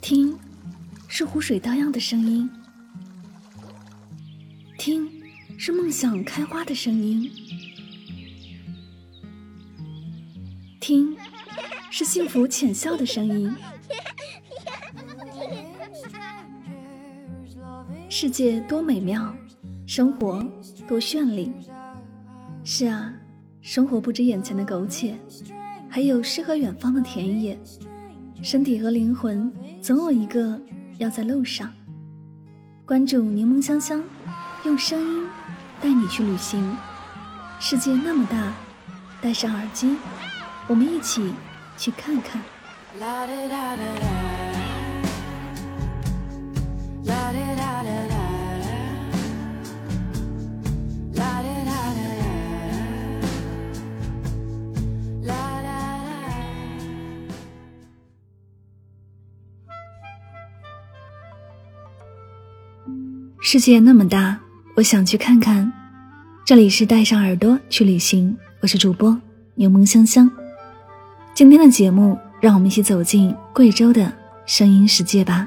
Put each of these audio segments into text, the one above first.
听，是湖水荡漾的声音；听，是梦想开花的声音；听，是幸福浅笑的声音。世界多美妙，生活多绚丽。是啊，生活不止眼前的苟且，还有诗和远方的田野。身体和灵魂总有一个要在路上。关注柠檬香香，用声音带你去旅行。世界那么大，戴上耳机，我们一起去看看。世界那么大，我想去看看。这里是带上耳朵去旅行，我是主播柠檬香香。今天的节目，让我们一起走进贵州的声音世界吧。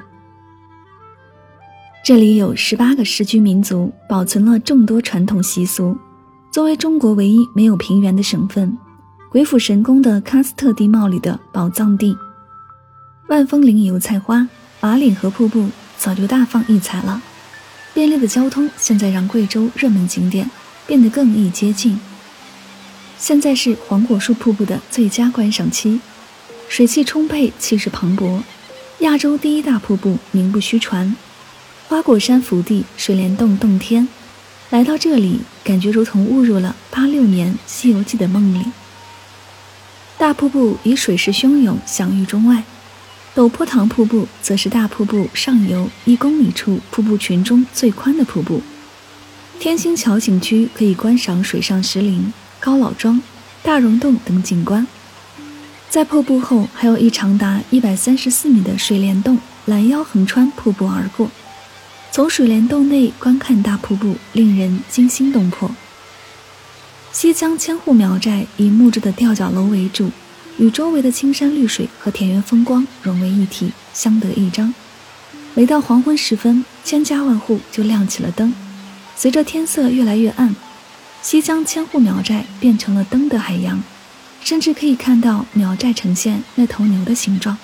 这里有18个世居民族，保存了众多传统习俗。作为中国唯一没有平原的省份，鬼斧神工的喀斯特地貌里的宝藏地。万峰林油菜花，马岭河瀑布早就大放异彩了。便利的交通现在让贵州热门景点变得更易接近。现在是黄果树瀑布的最佳观赏期，水汽充沛，气势磅礴，亚洲第一大瀑布名不虚传。花果山福地，水帘洞洞天，来到这里感觉如同误入了86年《西游记》的梦里。大瀑布以水势汹涌享誉中外，陡坡塘瀑布则是大瀑布上游1公里处瀑布群中最宽的瀑布。天星桥景区可以观赏水上石林、高老庄、大溶洞等景观。在瀑布后还有一长达134米的水帘洞拦腰横穿瀑布而过，从水帘洞内观看大瀑布令人惊心动魄。西江千户苗寨以木质的吊脚楼为主，与周围的青山绿水和田园风光融为一体，相得益彰。每到黄昏时分，千家万户就亮起了灯。随着天色越来越暗，西江千户苗寨变成了灯的海洋，甚至可以看到苗寨呈现那头牛的形状。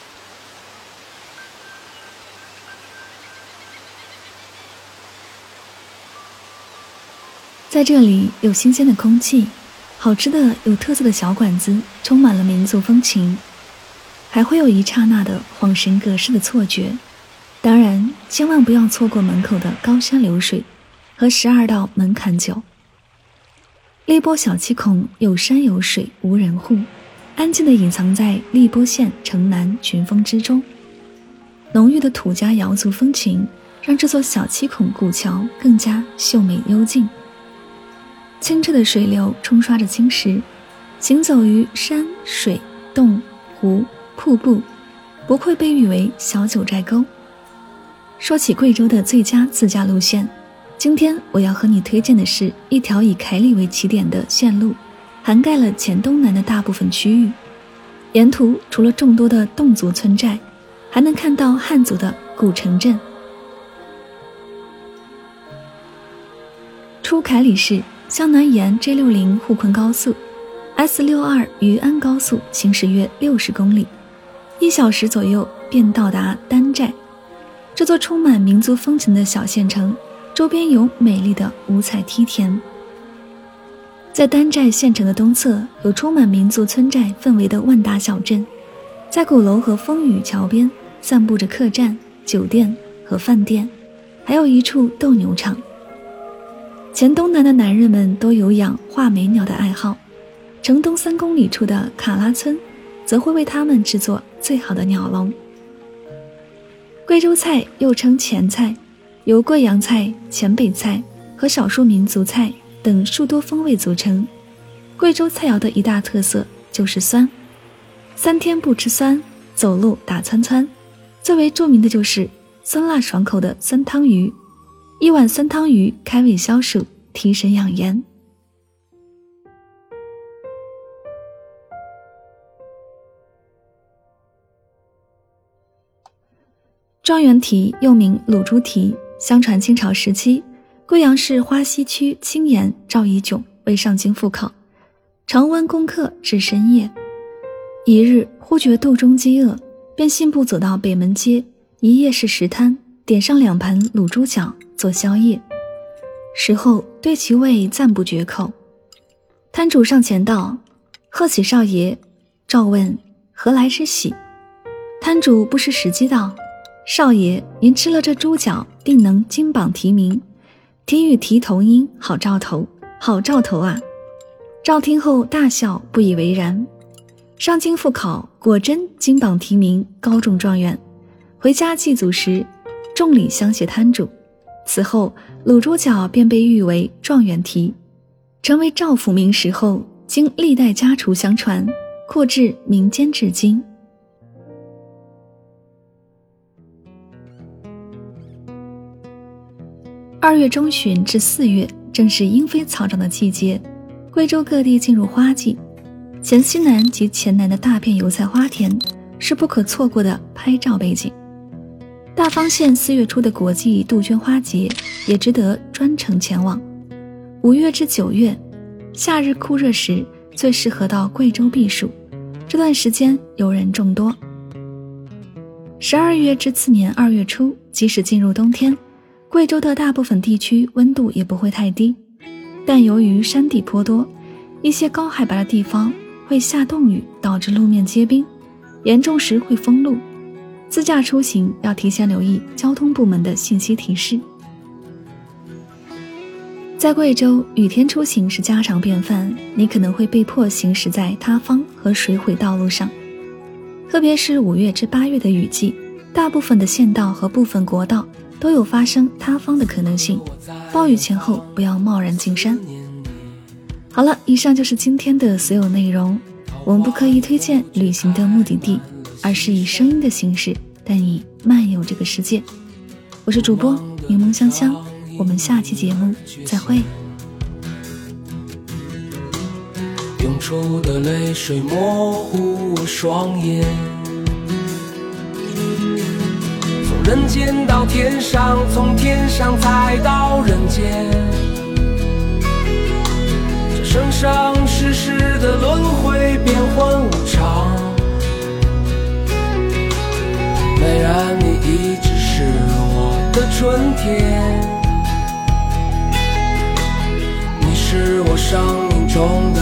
在这里有新鲜的空气，好吃的有特色的小馆子，充满了民族风情，还会有一刹那的恍神隔世的错觉。当然，千万不要错过门口的高山流水和12道门槛酒。荔波小七孔有山有水无人户，安静地隐藏在荔波县城南群峰之中。浓郁的土家瑶族风情让这座小七孔古桥更加秀美幽静。清澈的水流冲刷着青石，行走于山水洞湖瀑布，不愧被誉为小九寨沟。说起贵州的最佳自驾路线，今天我要和你推荐的是一条以凯里为起点的线路，涵盖了黔东南的大部分区域。沿途除了众多的侗族村寨，还能看到汉族的古城镇。出凯里市，向南沿 J60 沪昆高速 S62 渝安高速行驶约60公里，1小时左右便到达丹寨。这座充满民族风情的小县城，周边有美丽的五彩梯田。在丹寨县城的东侧，有充满民族村寨氛围的万达小镇，在鼓楼和风雨桥边散布着客栈、酒店和饭店，还有一处斗牛场。黔东南的男人们都有养画眉鸟的爱好，城东3公里处的卡拉村则会为他们制作最好的鸟笼。贵州菜又称黔菜，由贵阳菜、黔北菜和少数民族菜等数多风味组成。贵州菜肴的一大特色就是酸，3天不吃酸，走路打窜窜。最为著名的就是酸辣爽口的酸汤鱼，一碗酸汤鱼开胃消暑，提神养颜。 状元蹄又名卤猪蹄，相传清朝时期，贵阳市花溪区青岩赵乙炯为上京赴考，常温功课至深夜。一日忽觉肚中饥饿，便信步走到北门街一夜市食摊，点上2盘卤猪脚做宵夜。食后对其味赞不绝口。摊主上前道：“贺喜少爷。”赵问：“何来之喜？”摊主不失时机道：“少爷，您吃了这猪脚，定能金榜题名。蹄与蹄同音，好兆头，好兆头啊！”赵听后大笑，不以为然。上京赴考，果真金榜题名，高中状元。回家祭祖时，重礼相谢摊主。此后卤猪脚便被誉为状元蹄，成为赵府名食后，经历代家厨相传，扩至民间至今。2月中旬至4月正是莺飞草长的季节，贵州各地进入花季，黔西南及黔南的大片油菜花田是不可错过的拍照背景。大方县4月初的国际杜鹃花节也值得专程前往。5月至9月，夏日酷热时最适合到贵州避暑，这段时间游人众多。12月至次年2月初，即使进入冬天，贵州的大部分地区温度也不会太低，但由于山地颇多，一些高海拔的地方会下冻雨，导致路面结冰，严重时会封路。自驾出行要提前留意交通部门的信息提示。在贵州，雨天出行是家常便饭，你可能会被迫行驶在塌方和水毁道路上。特别是5月至8月的雨季，大部分的县道和部分国道都有发生塌方的可能性，暴雨前后不要贸然进山。好了，以上就是今天的所有内容。我们不刻意推荐旅行的目的地，而是以声音的形式带你漫游这个世界。我是主播柠檬香香，我们下期节目再会。 涌出的泪水模糊我双眼，从人间到天上，从天上再到人间，这生生世世的轮回变幻无常，美然你一直是我的春天，你是我生命中的